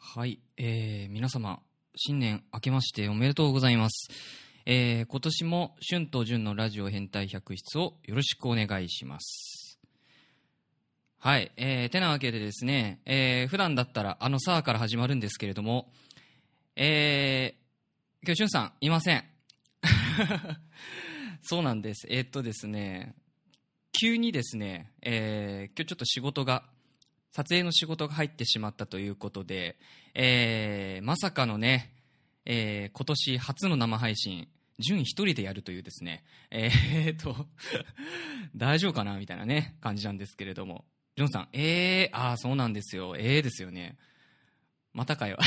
はい、皆様新年明けましておめでとうございます。今年も春と潤のラジオ変態百室をよろしくお願いします。はい、てなわけでですね、普段だったらさあから始まるんですけれども、今日潤さんいません。そうなんです。ですね、急にですね、今日ちょっと撮影の仕事が入ってしまったということで、まさかのね、今年初の生配信、潤一人でやるというですね、大丈夫かなみたいなね、感じなんですけれども、潤さん、そうなんですよ、ですよね。またかよ。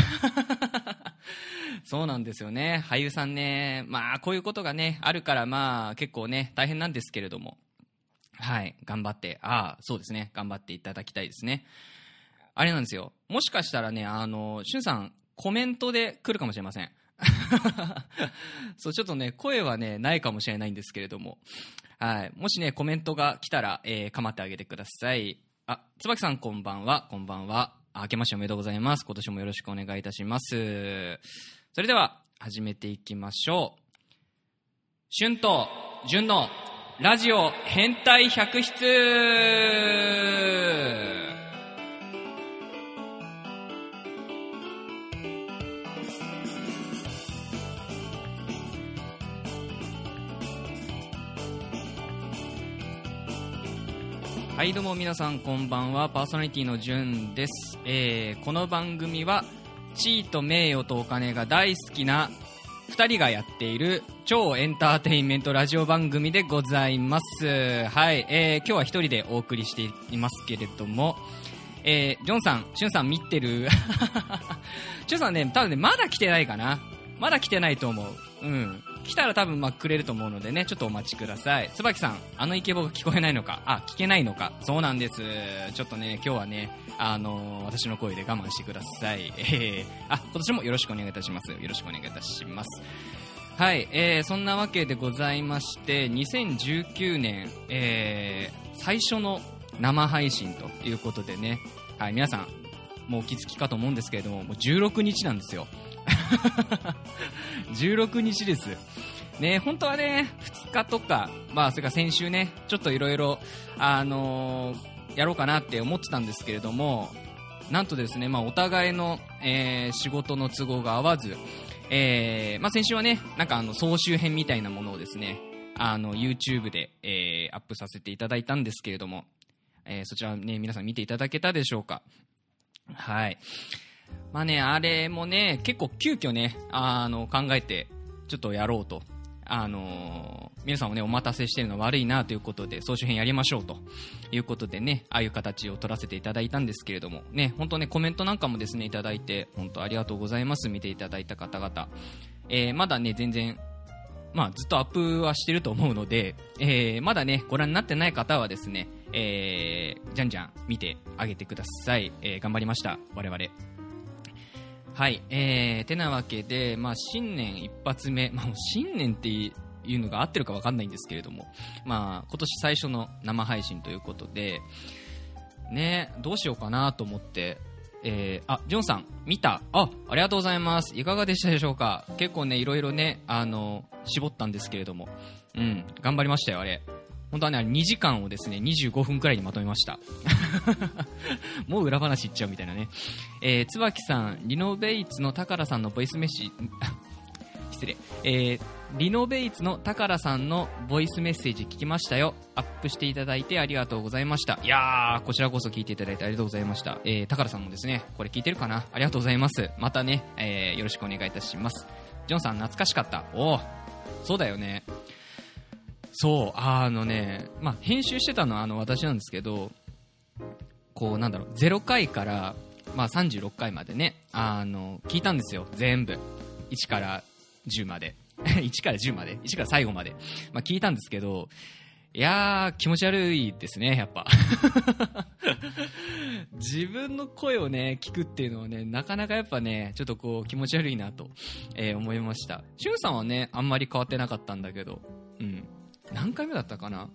そうなんですよね、俳優さんね、まあこういうことがね、あるからまあ結構ね、大変なんですけれども、はい、頑張って、そうですね、頑張っていただきたいですね。あれなんですよ、もしかしたらね、しゅんさん、コメントで来るかもしれません。そう、ちょっとね、声はね、ないかもしれないんですけれども、はい、もしね、コメントが来たら、構ってあげてください。椿さん、こんばんは、こんばんは。明けましておめでとうございます。今年もよろしくお願いいたします。それでは、始めていきましょう。しゅんとじゅんのラジオ変態百室。はいどうも皆さんこんばんは、パーソナリティのじゅんです。この番組は地位と名誉とお金が大好きな2人がやっている超エンターテインメントラジオ番組でございます。はい、今日は一人でお送りしていますけれども、ジョンさん、シュンさん見てるシュンさんね、多分ね、まだ来てないかな。まだ来てないと思う。来たら多分くれると思うのでね、ちょっとお待ちください。椿さん、イケボが聞こえないのか、聞けないのか。そうなんです。ちょっとね、今日はね、私の声で我慢してください。今年もよろしくお願いいたします。よろしくお願いいたします。はい、そんなわけでございまして、2019年、最初の生配信ということでね、はい、皆さん、もうお気づきかと思うんですけれども、もう16日なんですよ。16日です。ね、本当はね、2日とか、それから先週ね、ちょっといろいろ、やろうかなって思ってたんですけれども、なんとですね、お互いの、仕事の都合が合わず、先週はね、なんか総集編みたいなものをですね、YouTube で、アップさせていただいたんですけれども、そちらね、皆さん見ていただけたでしょうか。はい。あれもね、結構急遽ね、考えて、ちょっとやろうと。皆さんをね、お待たせしてるの悪いなということで、総集編やりましょうということでね、ああいう形を取らせていただいたんですけれども、ね、本当ね、コメントなんかもですね、いただいて、本当ありがとうございます。見ていただいた方々。まだね、全然、ずっとアップはしてると思うので、まだね、ご覧になってない方はですね、じゃんじゃん見てあげてください。頑張りました、我々。はい、てなわけで、新年一発目、新年っていうのが合ってるか分かんないんですけれども、今年最初の生配信ということで、ね、どうしようかなと思って、ジョンさん、見た？ありがとうございます。いかがでしたでしょうか？結構ね、いろいろね、絞ったんですけれども、頑張りましたよ、あれ。本当はね、2時間をですね、25分くらいにまとめました。もう裏話いっちゃうみたいなね。椿さん、リノベイツの宝さんのボイスメッセージ、失礼。リノベイツの宝さんのボイスメッセージ聞きましたよ。アップしていただいてありがとうございました。いやー、こちらこそ聞いていただいてありがとうございました。宝さんもですね、これ聞いてるかな？ありがとうございます。またね、よろしくお願いいたします。ジョンさん、懐かしかった。そうだよね。そう、編集してたのは私なんですけど、こう0回から、36回までね、聞いたんですよ、全部。1から10まで。1から10まで ?1 から最後まで。聞いたんですけど、いやー、気持ち悪いですね、やっぱ。自分の声をね、聞くっていうのはね、なかなかやっぱね、ちょっとこう、気持ち悪いなと、思いました。しゅんさんはね、あんまり変わってなかったんだけど、何回目だったかな？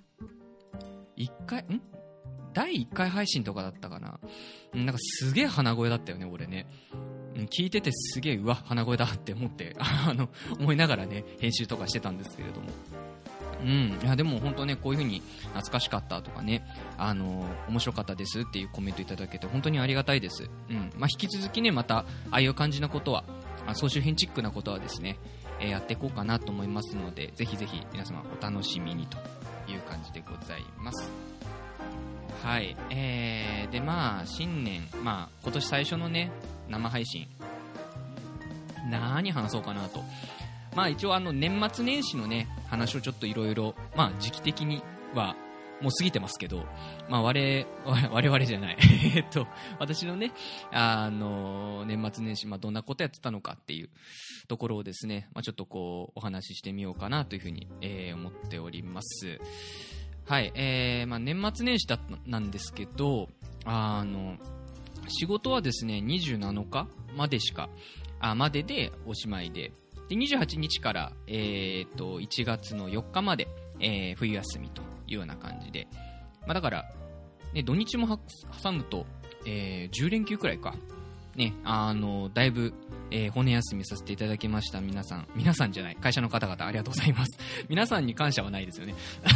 第1回配信とかだったかな。なんかすげえ鼻声だったよね、俺ね。 聞いててすげえ、うわ、鼻声だって思って、思いながらね、編集とかしてたんですけれども。いやでも本当ね、こういう風に懐かしかったとかね、面白かったですっていうコメントいただけて本当にありがたいです。引き続きね、また、ああいう感じのことは、総集編チックなことはですね、やっていこうかなと思いますので、ぜひぜひ皆様お楽しみにという感じでございます。はい。で、新年、今年最初のね、生配信、何話そうかなと。一応年末年始のね、話をちょっといろいろ、時期的にはもう過ぎてますけど、我々じゃない。私のね、年末年始、どんなことやってたのかっていうところをですね、ちょっとこう、お話ししてみようかなというふうに、思っております。はい。年末年始なんですけど、仕事はですね、27日までまででおしまいで、28日から、1月の4日まで、冬休みというような感じで、だから、ね、土日も挟むと、10連休くらいか。ね、だいぶ、骨休みさせていただきました。皆さんじゃない、会社の方々ありがとうございます。皆さんに感謝はないですよね。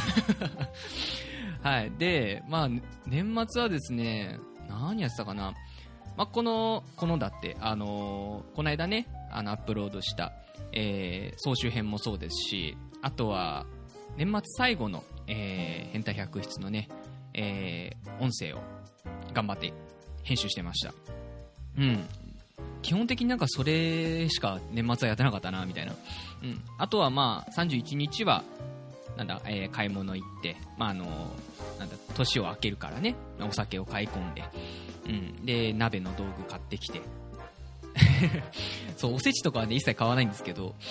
はい。で、年末はですね、何やってたかな。このだって、この間ね、アップロードした、総集編もそうですし、あとは、年末最後の、変態百室のね、音声を頑張って編集してました。基本的にそれしか年末はやってなかったな、みたいな。あとは31日は、買い物行って、年を明けるからね、お酒を買い込んで、で、鍋の道具買ってきて、そう、おせちとかはね、一切買わないんですけど、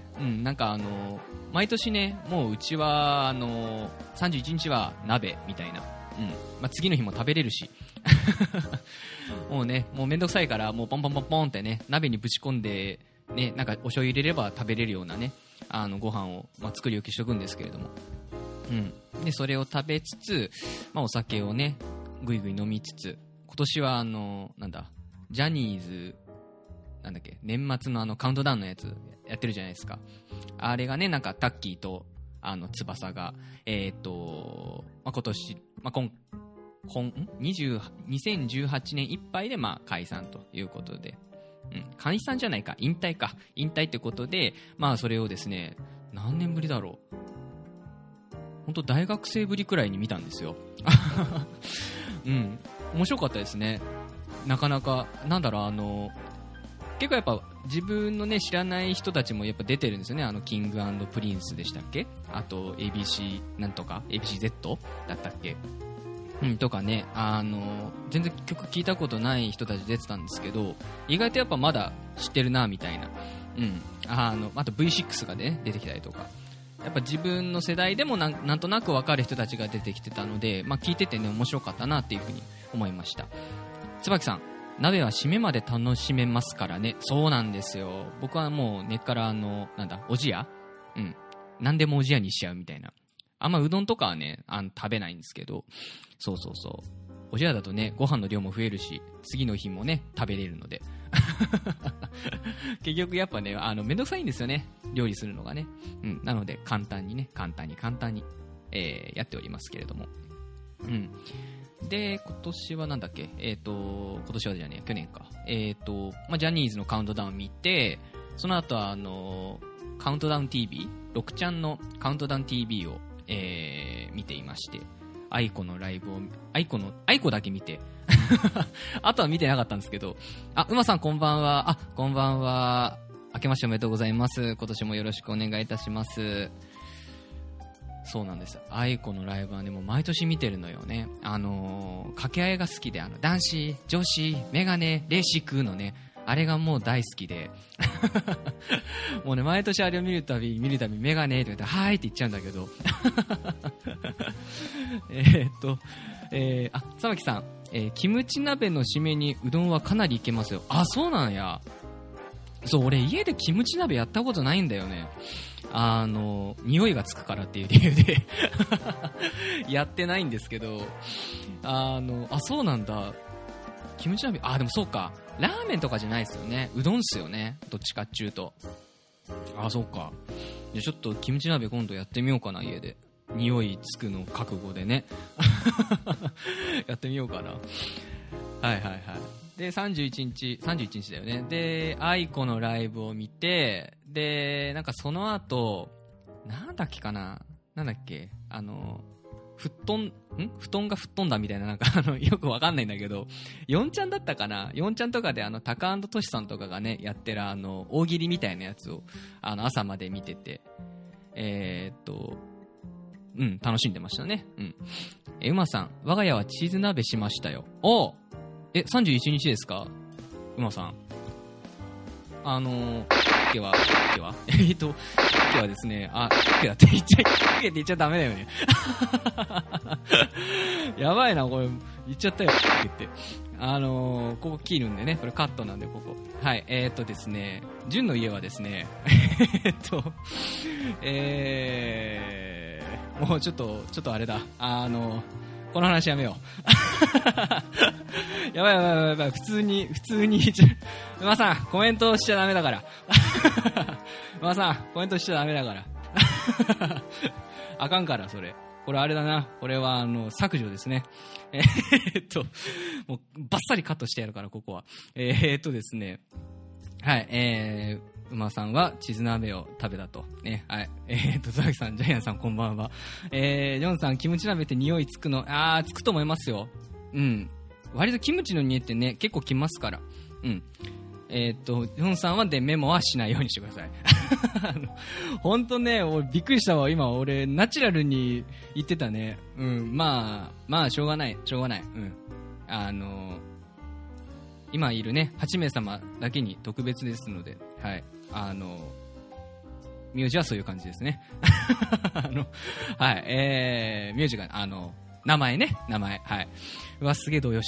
毎年ね、もううちは、31日は鍋みたいな、次の日も食べれるし、もうね、もうめんどくさいから、もうポンポンポンポンってね、鍋にぶち込んで、ね、お醤油入れれば食べれるようなね、ご飯を、作り置きしとくんですけれども、で、それを食べつつ、お酒をね、ぐいぐい飲みつつ、今年はジャニーズ、年末のカウントダウンのやつやってるじゃないですか。あれがね、タッキーと翼が今年、2018年いっぱいで解散ということで、解散じゃないか、引退ってことで、それをですね、何年ぶりだろう、本当大学生ぶりくらいに見たんですよ。面白かったですね。なかなか結構やっぱ自分のね、知らない人たちもやっぱ出てるんですよね。キング&プリンスでしたっけ、あと ABC なんとか ABCZ だったっけ、とかね、全然曲聴いたことない人たち出てたんですけど、意外とやっぱまだ知ってるなみたいな、あと V6 がね出てきたりとか、やっぱ自分の世代でもなんとなく分かる人たちが出てきてたので、聞いててね、面白かったなっていうふうに思いました。椿さん、鍋は締めまで楽しめますからね。そうなんですよ。僕はもう根っからおじや、何でもおじやにしちゃうみたいな。あんまうどんとかはね、食べないんですけど、そうおじやだとね、ご飯の量も増えるし、次の日もね食べれるので結局やっぱね、めんどくさいんですよね、料理するのがね。なので簡単に、やっておりますけれども、で、今年はなんだっけ、今年はじゃねえ、去年か。ジャニーズのカウントダウン見て、その後はカウントダウン TV、6ちゃんのカウントダウン TV を、見ていまして、アイコのライブを、アイコだけ見て、あとは見てなかったんですけど、馬さんこんばんは。こんばんは。明けましておめでとうございます。今年もよろしくお願いいたします。そうなんです。アイコのライブはね、もう毎年見てるのよね。掛け合いが好きで、男子、女子、メガネ、レーシックのね、あれがもう大好きで。もうね、毎年あれを見るたび、メガネって言って、はーいって言っちゃうんだけど。沢木さん、キムチ鍋の締めにうどんはかなりいけますよ。そうなんや。そう、俺家でキムチ鍋やったことないんだよね。匂いがつくからっていう理由でやってないんですけど、そうなんだ。 キムチ鍋、でもそうか、ラーメンとかじゃないですよね。うどんっすよね。どっちかっちゅうと。そうか。じゃあちょっとキムチ鍋今度やってみようかな、家で。匂いつくの覚悟でね。やってみようかな。はいはいはい。で、31日だよね。で、愛子のライブを見て、で、なんかその後、なんだっけかな、なんだっけ、布団が吹っ飛んだみたいな、なんかよくわかんないんだけど、4ちゃんだったかな、4ちゃんとかでタカアンドトシさんとかがね、やってる大喜利みたいなやつを、朝まで見てて、楽しんでましたね。うまさん、我が家はチーズ鍋しましたよ。31日ですか、うまさん。今日はですね、今日って言っちゃダメだよね。やばいな、これ、言っちゃったよ、って。ここ切るんでね、これカットなんで、ここ。はい、ですね、純の家はですね、もうちょっとあれだ、この話やめよう。やばい、普通に、うまさん、コメントしちゃダメだから。うまさん、コメントしちゃダメだから。あかんから、それ。これあれだな。これは、削除ですね。もう、バッサリカットしてやるから、ここは。ですね。はい、うまさんは地図鍋を食べたと。ね、はい。ザキさん、ジャイアンさん、こんばんは。ジョンさん、キムチ鍋って匂いつくの？つくと思いますよ。割とキムチの匂いってね、結構きますから。ジョンさんはでメモはしないようにしてください。ほんとね、俺びっくりしたわ。今、俺、ナチュラルに言ってたね。まあ、しょうがない。今いるね、8名様だけに特別ですので、はい。名字はそういう感じですね。はい。名字が、名前。はい。うわ、すげえ動揺した。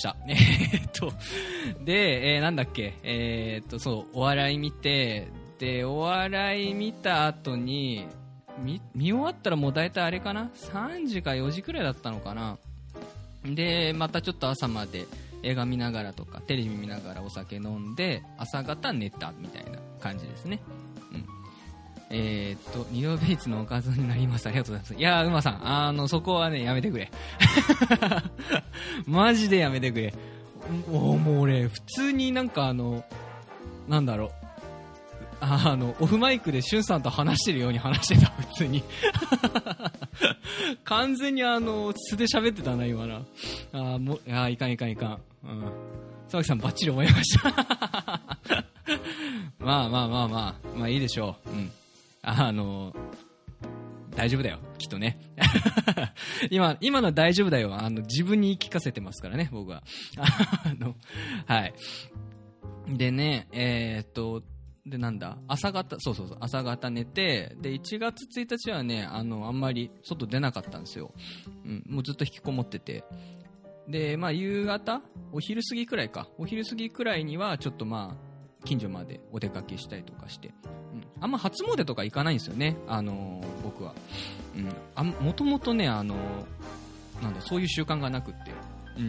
で、なんだっけ、そう、お笑い見て、で、お笑い見た後に、見終わったらもう大体あれかな ?3 時か4時くらいだったのかな。で、またちょっと朝まで映画見ながらとか、テレビ見ながらお酒飲んで、朝方寝たみたいな感じですね。二度ベイツのおかずになります。ありがとうございます。いやー、うまさん、そこはね、やめてくれ。マジでやめてくれ。もう俺、普通になんかなんだろう。オフマイクでシュンさんと話してるように話してた、普通に。完全に素で喋ってたな、今な。いかん。沢木さん、バッチリ思いました。まあ、いいでしょう。大丈夫だよ、きっとね。今の大丈夫だよ、自分に言い聞かせてますからね、僕は。はい。でね、で、なんだ、朝方寝て、で、1月1日はね、あんまり外出なかったんですよ。もうずっと引きこもってて。で、まあ、夕方お昼過ぎくらいには、ちょっとまあ、近所までお出かけしたりとかして。あんま初詣とか行かないんですよね、僕は。もともとね、なんだ、そういう習慣がなくって。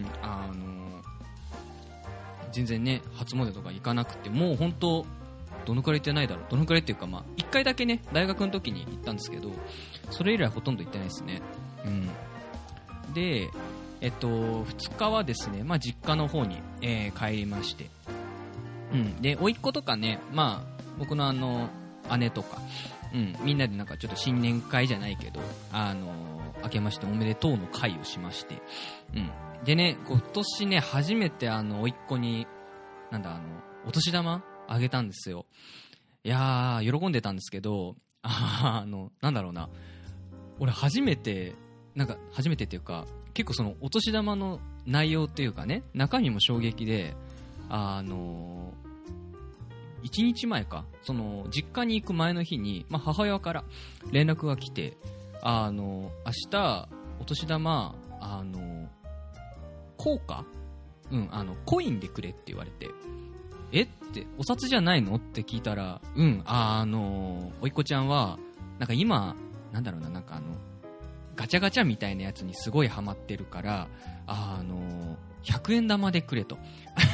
全然ね、初詣とか行かなくて、もう本当どのくらい行ってないだろう。どのくらいっていうか、まあ、1回だけね、大学の時に行ったんですけど、それ以来ほとんど行ってないですね。で、2日はですね、まあ、実家の方に、帰りまして。で、甥っ子とかね、まあ、僕の姉とか、みんなでなんかちょっと新年会じゃないけど、明けましておめでとうの会をしまして。でね、今年ね、初めて甥っ子に、なんだ、お年玉あげたんですよ。いやー、喜んでたんですけど、なんだろうな。俺初めてっていうか、結構そのお年玉の内容っていうかね、中身も衝撃で、1日前か、その実家に行く前の日に、まあ、母親から連絡が来て、明日お年玉硬貨、コインでくれって言われて、えってお札じゃないのって聞いたら、おいっ子ちゃんはなんか今なんだろうな、なんかガチャガチャみたいなやつにすごいハマってるから、1 100円玉でくれと。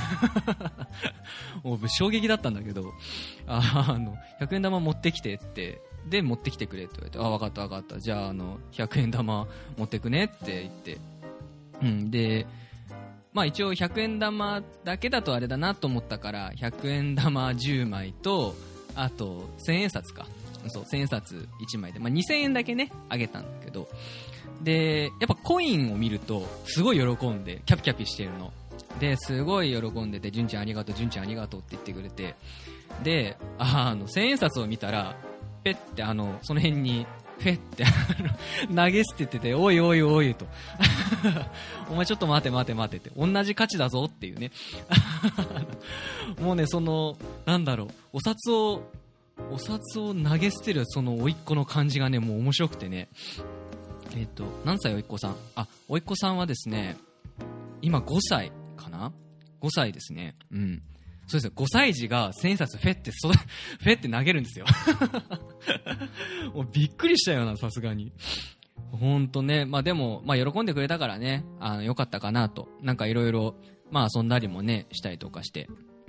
もう衝撃だったんだけど、100円玉持ってきてって、で、持ってきてくれって言われて、わかったわかった。じゃあ、100円玉持ってくねって言って、で、まあ一応100円玉だけだとあれだなと思ったから、100円玉10枚と、あと1000円札か。そう、1000円札1枚で、まあ2000円だけね、あげたんだけど、で、やっぱコインを見ると、すごい喜んで、キャピキャピしてるの。で、すごい喜んでて、純ちゃんありがとう、純ちゃんありがとうって言ってくれて、で、1000円札を見たら、ペッてその辺に、ペッて投げ捨ててて、おいおいおいと。お前ちょっと待て待て待てって、同じ価値だぞっていうね。もうね、なんだろう、お札を投げ捨てるその甥っ子の感じがね、もう面白くてね。何歳甥っ子さん？甥っ子さんはですね、今5歳かな？ 5 歳ですね。うん。そうですよ。5歳児が1000円札フェって投げるんですよ。もうびっくりしたよな、さすがに。ほんとね。まあでも、まあ喜んでくれたからね、よかったかなと。なんかいろいろ、まあ遊んだりもね、したりとかして、うん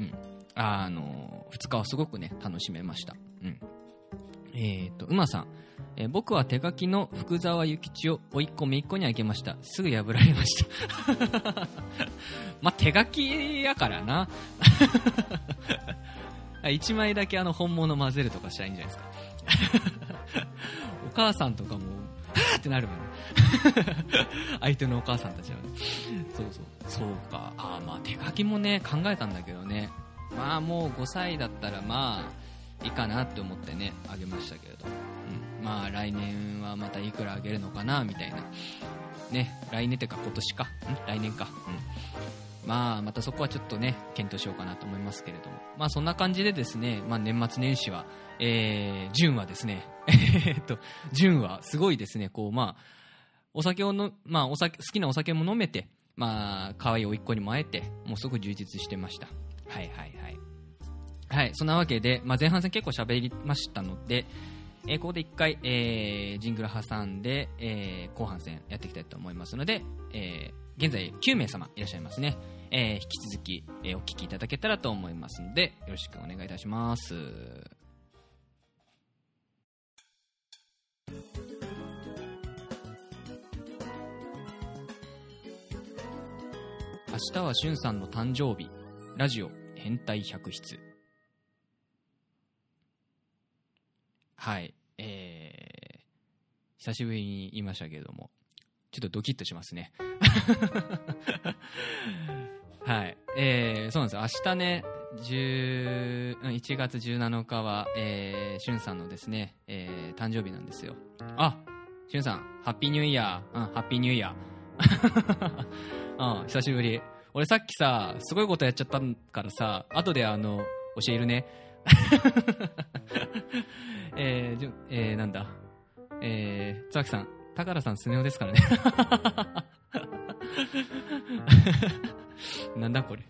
。2日はすごくね、楽しめました。うん。馬さん。僕は手書きの福沢諭吉を甥っ子姪っ子にあげました。すぐ破られました。まあ、手書きやからな。1枚だけ本物混ぜるとかしたらいいんじゃないですか。お母さんとかも、はぁってなるもんね。相手のお母さんたちはね。そうか。まあ手書きもね、考えたんだけどね。まあもう5歳だったらまあ、いいかなって思ってね、あげましたけれど。まあ来年はまたいくらあげるのかなみたいなね、来年ってか今年か、来年か、まあまたそこはちょっとね検討しようかなと思いますけれども、まあそんな感じでですね、まあ年末年始は純はですね純はすごいですね、こうまあお酒を好きなお酒も飲めて、まあ可愛い甥っ子にも会えて、もうすごく充実してました。はいはいはいはい。そんなわけで、まあ前半戦結構喋りましたので、ここで一回、ジングル挟んで、後半戦やっていきたいと思いますので、現在9名様いらっしゃいますね。引き続き、お聞きいただけたらと思いますので、よろしくお願いいたします。明日はしゅんさんの誕生日。ラジオ変態百室。はい、久しぶりに言いましたけれども、ちょっとドキッとしますね。はい、そうなんですよ。明日ね、1月17日は、しゅんさんのですね、誕生日なんですよ。しゅんさん、ハッピーニューイヤー。ハッピーニューイヤー。久しぶり。俺さっきさ、すごいことやっちゃったからさ、後で教えるね。なんだ。つわきさん、高良さん、スネ夫ですからね。なんだこれ。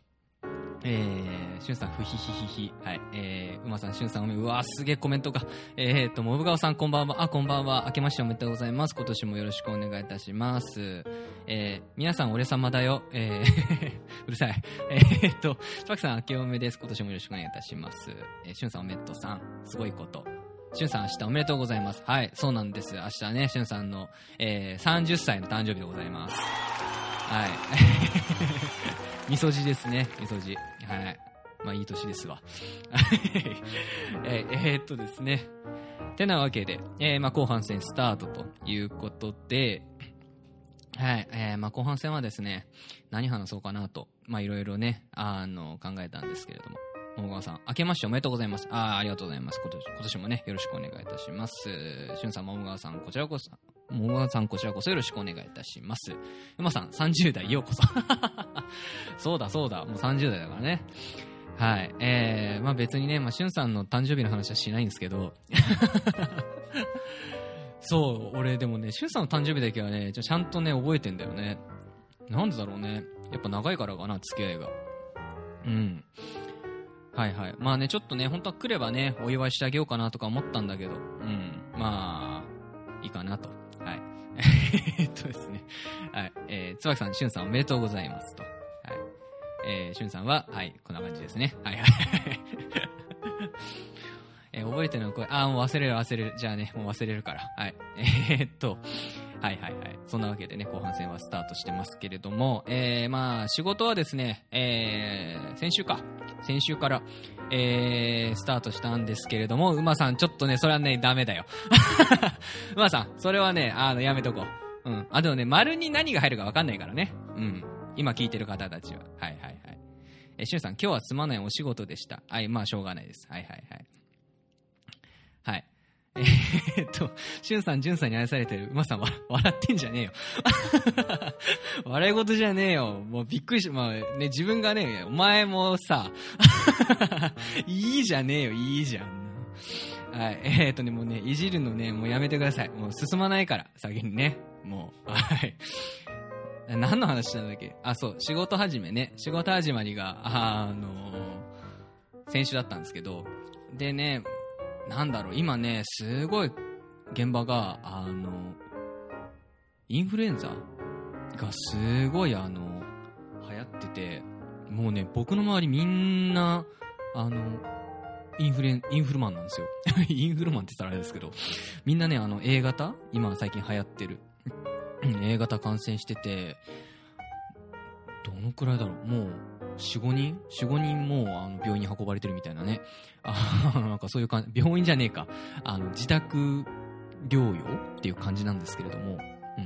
しゅんさん、ふひひひひ。はい。馬さん、しゅんさん、うわー、すげえコメントが。もぶがおさん、こんばんは。こんばんは。明けましておめでとうございます。今年もよろしくお願いいたします。皆さん、俺様だよ。うるさい。つわきさん、明けおめです。今年もよろしくお願いいたします。しゅんさん、おめでとうさん。すごいこと。しゅんさん、明日おめでとうございます。はい、そうなんです。明日ね、しゅんさんの、30歳の誕生日でございます。はい。みそじですね、みそじ。はい。まあ、いい年ですわ。ですね。てなわけで、まあ、後半戦スタートということで、はい。まあ、後半戦はですね、何話そうかなと、まあ、いろいろね、考えたんですけれども。桃川さん、明けましておめでとうございます。ありがとうございます。今年もね、よろしくお願いいたします。しゅんさん、桃川さん、こちらこそよろしくお願いいたします。馬さん、30代ようこそ。そうだ、もう30代だからね。はい。まあ別にね、まあ、しゅんさんの誕生日の話はしないんですけど、そう、俺でもね、しゅんさんの誕生日だけはね、ちゃんとね、覚えてんだよね。なんでだろうね。やっぱ長いからかな、付き合いが。うん。はいはい。まあね、ちょっとね、本当は来ればね、お祝いしてあげようかなとか思ったんだけど、まあ、いいかなと。はい。 ですね。はい。椿さん、しゅんさんおめでとうございますと。はい。しゅんさんは、はい、こんな感じですね。はいはい。覚えてるの声、もう忘れる。じゃあね、もう忘れるから。はい。はいはいはい。そんなわけでね、後半戦はスタートしてますけれども、まあ、仕事はですね、先週から、スタートしたんですけれども、馬さん、ちょっとね、それはね、ダメだよ。馬さん、それはね、やめとこう。うん。でもね、丸に何が入るか分かんないからね。うん。今聞いてる方たちは。はいはいはい。しゅんさん、今日はすまないお仕事でした。はい、まあ、しょうがないです。はいはいはい。はい。しゅんさん、じゅんさんに愛されてる。馬さん、笑ってんじゃねえよ。笑い事じゃねえよ。もうびっくりし、まあね、自分がね、お前もさ、いいじゃねえよ、いいじゃん。はい。もうね、いじるのね、もうやめてください。もう進まないから、先にね。もう、はい。何の話なんだっけ？そう、仕事始めね。仕事始まりが、先週だったんですけど、でね、なんだろう、今ね、すごい現場が、インフルエンザがすごい流行ってて、もうね、僕の周りみんな、インフルマンなんですよ。インフルマンって言ったらあれですけど、みんなね、A 型今最近流行ってる。A 型感染してて、どのくらいだろう、もう、4、5人もう病院に運ばれてるみたいなね。なんかそういう感じ、病院じゃねえか。自宅療養っていう感じなんですけれども。うん。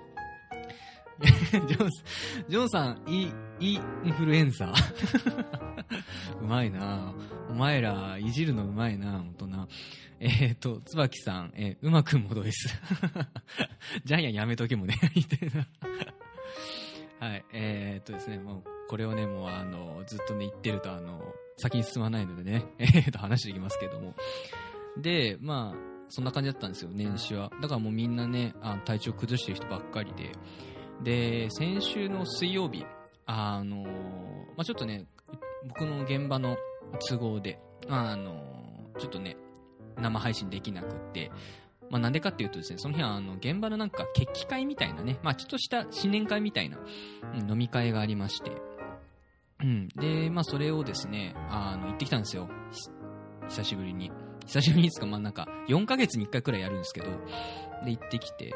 ジョンさん、インフルエンザうまいなお前ら、いじるのうまいなほんとな。椿さん、うまくんもどうです。ジャイアンやめとけもね、みたいな。はい、ですね、もう、これをね、もうずっとね、言ってると、先に進まないのでね、話していきますけども。で、まあ、そんな感じだったんですよ、年始は。だからもうみんなね、体調崩してる人ばっかりで。で、先週の水曜日、まあ、ちょっとね、僕の現場の都合で、ちょっとね、生配信できなくって、まあ、なんでかっていうとですね、その日は現場のなんか決起会みたいなね、まあ、ちょっとした新年会みたいな、飲み会がありまして、うん。で、まあ、それをですね、行ってきたんですよ。久しぶりに。久しぶりにですか、まあ、なんか、4ヶ月に1回くらいやるんですけど、で、行ってきて、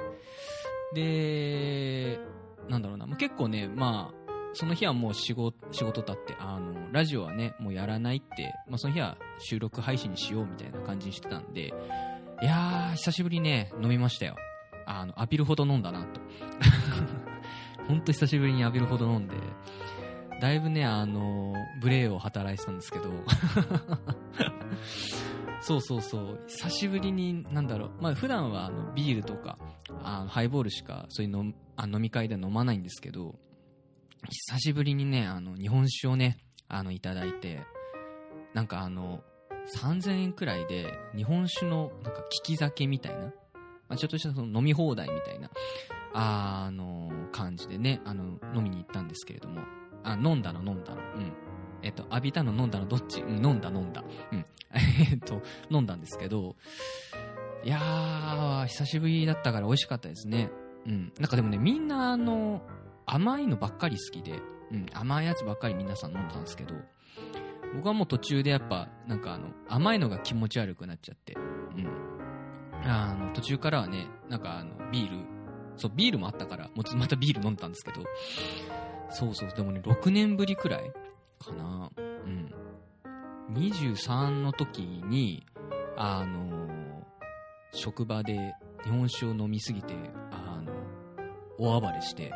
で、なんだろうな、結構ね、まあ、その日はもう仕事だって、ラジオはね、もうやらないって、まあ、その日は収録配信にしようみたいな感じにしてたんで、いやー、久しぶりにね、飲みましたよ。浴びるほど飲んだなと。ほんと久しぶりに浴びるほど飲んで、だいぶね、ブレーを働いてたんですけど、そう、久しぶりに、なんだろう、まあ普段はビールとか、ハイボールしか、そういう飲み会では飲まないんですけど、久しぶりにね、日本酒をね、いただいて、なんか3000円くらいで日本酒のなんか利き酒みたいな、まあ、ちょっとしたその飲み放題みたいな感じでね飲みに行ったんですけれども、飲んだのうん浴びたの飲んだのどっち、飲んだうん飲んだんですけど、いやー久しぶりだったから美味しかったですね。なんかでもね、みんな甘いのばっかり好きで、甘いやつばっかり皆さん飲んだんですけど、僕はもう途中でやっぱなんか甘いのが気持ち悪くなっちゃって、途中からはね、なんかビールもあったからまたビール飲んだんですけど、そうでもね6年ぶりくらいかな。23の時に職場で日本酒を飲みすぎて大暴れして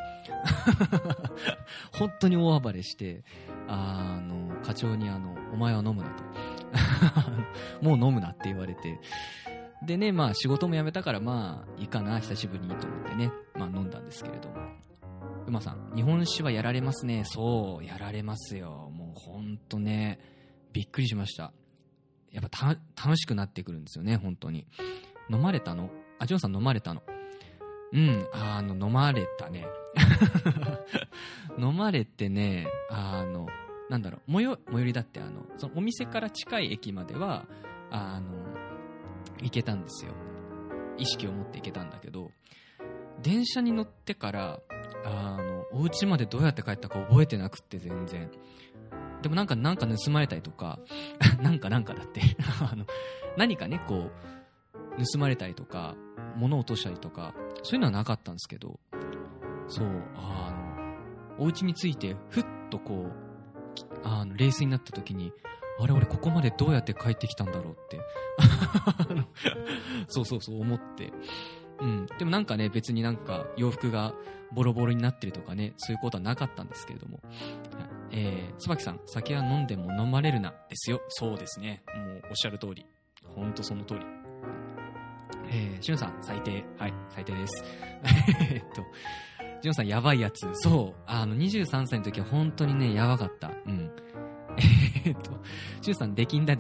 本当に大暴れして課長にお前は飲むなともう飲むなって言われて、でね、まあ仕事も辞めたからまあいいかな久しぶりにと思ってね、まあ飲んだんですけれども、馬さん日本酒はやられますね。そうやられますよ。もうほんとねびっくりしました。やっぱ楽しくなってくるんですよね。本当に飲まれたの？ジョンさん飲まれたの？飲まれたね飲まれてね、なんだろう、最寄りだってそのお店から近い駅までは行けたんですよ。意識を持って行けたんだけど、 電車に乗ってからお家までどうやって帰ったか覚えてなくって全然。でもなんか盗まれたりとかなんかだって何かねこう盗まれたりとか物を落としたりとかそういうのはなかったんですけど、そうお家に着いてふっとこう冷静になった時に、あれ俺ここまでどうやって帰ってきたんだろうってそう思って、でもなんかね別になんか洋服がボロボロになってるとかねそういうことはなかったんですけれども、椿さん、酒は飲んでも飲まれるなですよ。そうですね、もうおっしゃる通り、ほんとその通り。しゅんさん最低、はい最低ですジュンさんやばいやつ、そう23歳の時は本当にねやばかった。ジュンさんできんだ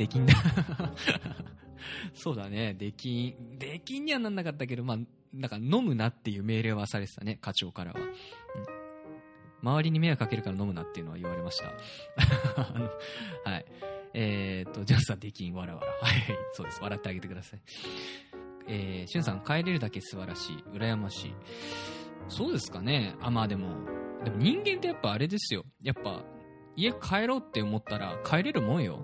そうだね、できんにはなんなかったけど、まあなんか飲むなっていう命令はされてたね、課長からは。周りに迷惑かけるから飲むなっていうのは言われましたはい。ジュンさんできん、わらわら。はい、そうです、笑ってあげてください。しゅんさん、帰れるだけ素晴らしい、羨ましい。そうですかね。まあでも人間ってやっぱあれですよ、やっぱ家帰ろうって思ったら帰れるもんよ。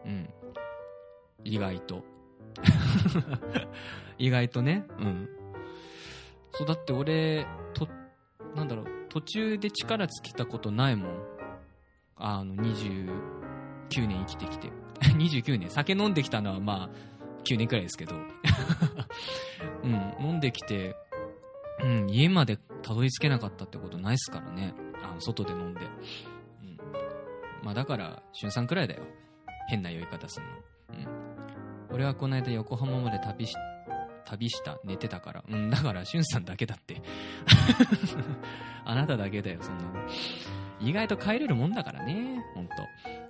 意外と意外とね。そうだって俺途中で力尽きたことないもん。29年生きてきて29年酒飲んできたのはまあ9年くらいですけど飲んできて、家までたどり着けなかったってことないっすからね。外で飲んで、まあだからしゅんさんくらいだよ、変な酔い方するの。俺はこの間横浜まで旅した寝てたから。だからしゅんさんだけだってあなただけだよ、そんなの。意外と帰れるもんだからね、ほん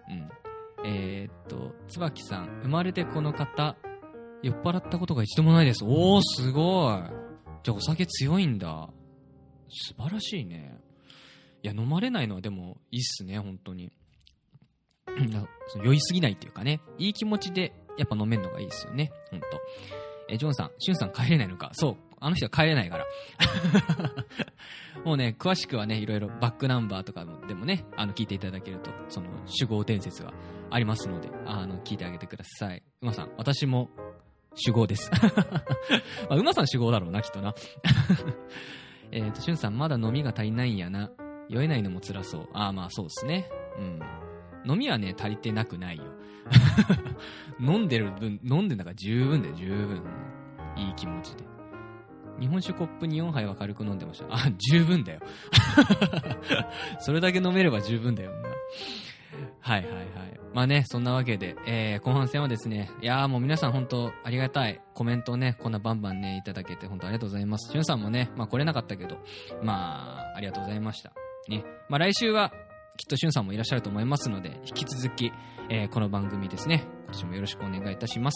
と。椿さん、生まれてこの方酔っ払ったことが一度もないです。おー、すごい。じゃあお酒強いんだ。素晴らしいね。いや、飲まれないのはでもいいっすね、本当に。酔いすぎないっていうかね、いい気持ちでやっぱ飲めるのがいいですよね、本当。ジョンさん、シュンさん帰れないのか。そう、あの人は帰れないからもうね、詳しくはね、いろいろバックナンバーとかでもね、聞いていただけると、その酒豪伝説がありますので、聞いてあげてください。馬さん、私も酒豪ですまあ、馬さん酒豪だろうな、きっとなしゅんさん、まだ飲みが足りないんやな。酔えないのも辛そう。まあそうですね。飲みはね、足りてなくないよ飲んでんだから十分だよ、十分。いい気持ちで。日本酒コップ2、4杯は軽く飲んでました。十分だよそれだけ飲めれば十分だよな。はい。まあね、そんなわけで、後半戦はですね、いやーもう皆さん本当ありがたいコメントをね、こんなバンバンね、いただけて本当ありがとうございます。しゅんさんもね、まあ来れなかったけど、まあ、ありがとうございました。ね。まあ来週は、きっとしゅんさんもいらっしゃると思いますので、引き続き、この番組ですね、今年もよろしくお願いいたします。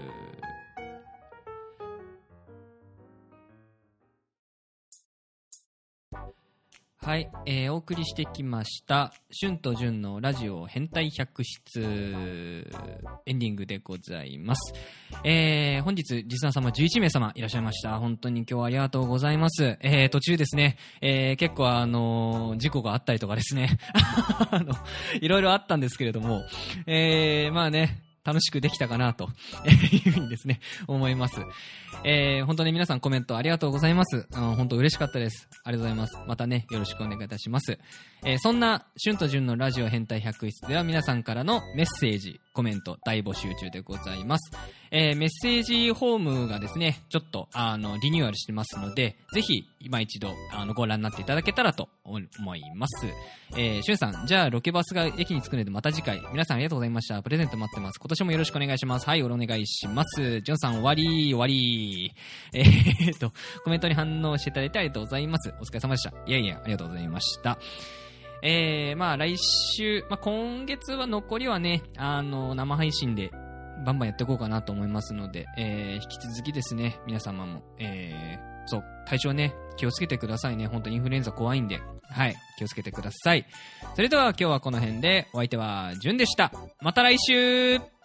はい、お送りしてきました春と純のラジオ変態百室エンディングでございます。本日リスナー様11名様いらっしゃいました。本当に今日はありがとうございます。途中ですね、結構事故があったりとかですねいろいろあったんですけれども、まあね、楽しくできたかなというふうにですね思います。本当に皆さんコメントありがとうございます。本当嬉しかったです。ありがとうございます。またね、よろしくお願いいたします。そんな春と純のラジオ変態百室では皆さんからのメッセージ、コメント大募集中でございます。メッセージフォームがですね、ちょっとリニューアルしてますので、ぜひ今一度ご覧になっていただけたらと思います。しゅんさん、じゃあロケバスが駅に着くのでまた次回。皆さんありがとうございました。プレゼント待ってます。今年もよろしくお願いします。はい、お願いします。じゅんさん終わりコメントに反応していただいてありがとうございます。お疲れ様でした。いやいや、ありがとうございました。まあ来週、まあ今月は残りはね、生配信でバンバンやっていこうかなと思いますので、引き続きですね、皆様も、そう、体調ね、気をつけてくださいね。本当にインフルエンザ怖いんで、はい、気をつけてください。それでは今日はこの辺で、お相手はじゅんでした。また来週。